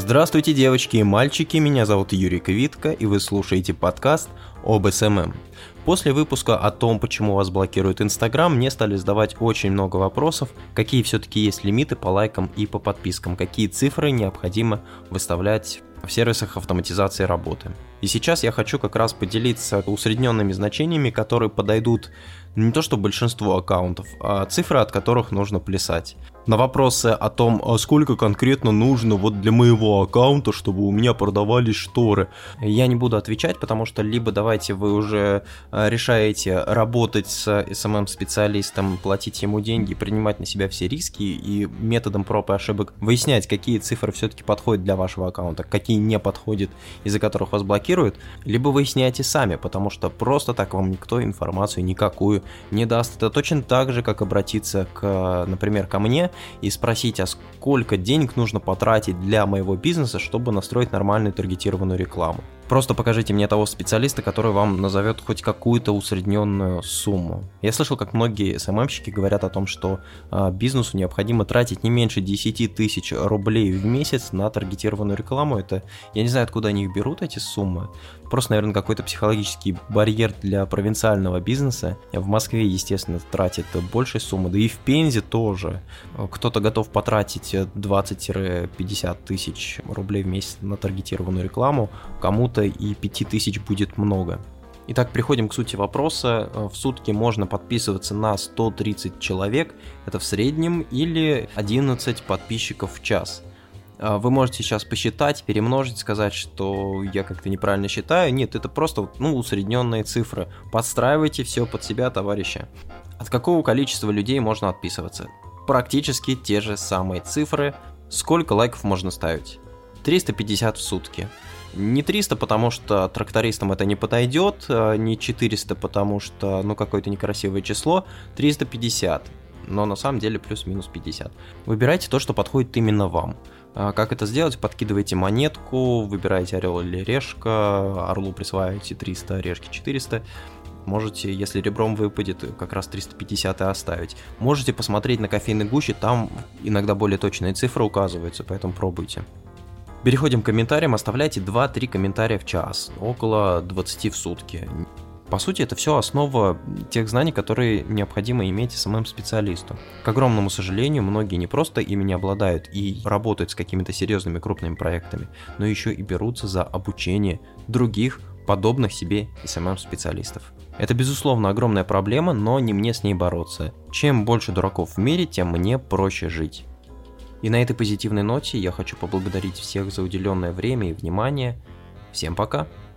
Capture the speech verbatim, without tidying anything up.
Здравствуйте, девочки и мальчики, меня зовут Юрий Квитко, и вы слушаете подкаст об эс эм эм. После выпуска о том, почему вас блокирует Инстаграм, мне стали задавать очень много вопросов, какие все-таки есть лимиты по лайкам и по подпискам, какие цифры необходимо выставлять в сервисах автоматизации работы. И сейчас я хочу как раз поделиться усредненными значениями, которые подойдут не то что большинству аккаунтов, а цифры, от которых нужно плясать. На вопросы о том, а сколько конкретно нужно вот для моего аккаунта, чтобы у меня продавались шторы, я не буду отвечать, потому что либо давайте вы уже решаете работать с эс эм эм-специалистом, платить ему деньги, принимать на себя все риски и методом проб и ошибок выяснять, какие цифры все-таки подходят для вашего аккаунта, какие не подходят, из-за которых вас блокируют, либо выясняйте сами, потому что просто так вам никто информацию никакую не даст. Это точно так же, как обратиться, к, например, ко мне и спросить, а сколько денег нужно потратить для моего бизнеса, чтобы настроить нормальную таргетированную рекламу. Просто покажите мне того специалиста, который вам назовет хоть какую-то усредненную сумму. Я слышал, как многие эс эм эм-щики говорят о том, что а, бизнесу необходимо тратить не меньше десять тысяч рублей в месяц на таргетированную рекламу. Это, я не знаю, откуда они их берут, эти суммы. Просто, наверное, какой-то психологический барьер для провинциального бизнеса. В Москве, естественно, тратит больше суммы, да и в Пензе тоже. Кто-то готов потратить двадцать-пятьдесят тысяч рублей в месяц на таргетированную рекламу, кому-то и пять тысяч будет много. Итак, приходим к сути вопроса. В сутки можно подписываться на сто тридцать человек, это в среднем, или одиннадцать подписчиков в час. Вы можете сейчас посчитать, перемножить, сказать, что я как-то неправильно считаю. Нет, это просто ну, усредненные цифры. Подстраивайте все под себя, товарищи. От какого количества людей можно отписываться? Практически те же самые цифры. Сколько лайков можно ставить? триста пятьдесят в сутки. Не триста, потому что трактористам это не подойдет, не четыреста, потому что ну какое-то некрасивое число, триста пятьдесят, но на самом деле плюс-минус пятьдесят. Выбирайте то, что подходит именно вам. Как это сделать? Подкидываете монетку, выбираете орел или решка, орлу присваиваете триста, решке четыреста. Можете, если ребром выпадет, как раз триста пятьдесят и оставить. Можете посмотреть на кофейной гуще, там иногда более точные цифры указываются, поэтому пробуйте. Переходим к комментариям, оставляйте два-три комментария в час, около двадцати в сутки. По сути, это все основа тех знаний, которые необходимо иметь эс эм эм-специалисту. К огромному сожалению, многие не просто ими не обладают и работают с какими-то серьезными крупными проектами, но еще и берутся за обучение других подобных себе эс эм эм-специалистов. Это, безусловно, огромная проблема, но не мне с ней бороться. Чем больше дураков в мире, тем мне проще жить. И на этой позитивной ноте я хочу поблагодарить всех за уделенное время и внимание. Всем пока!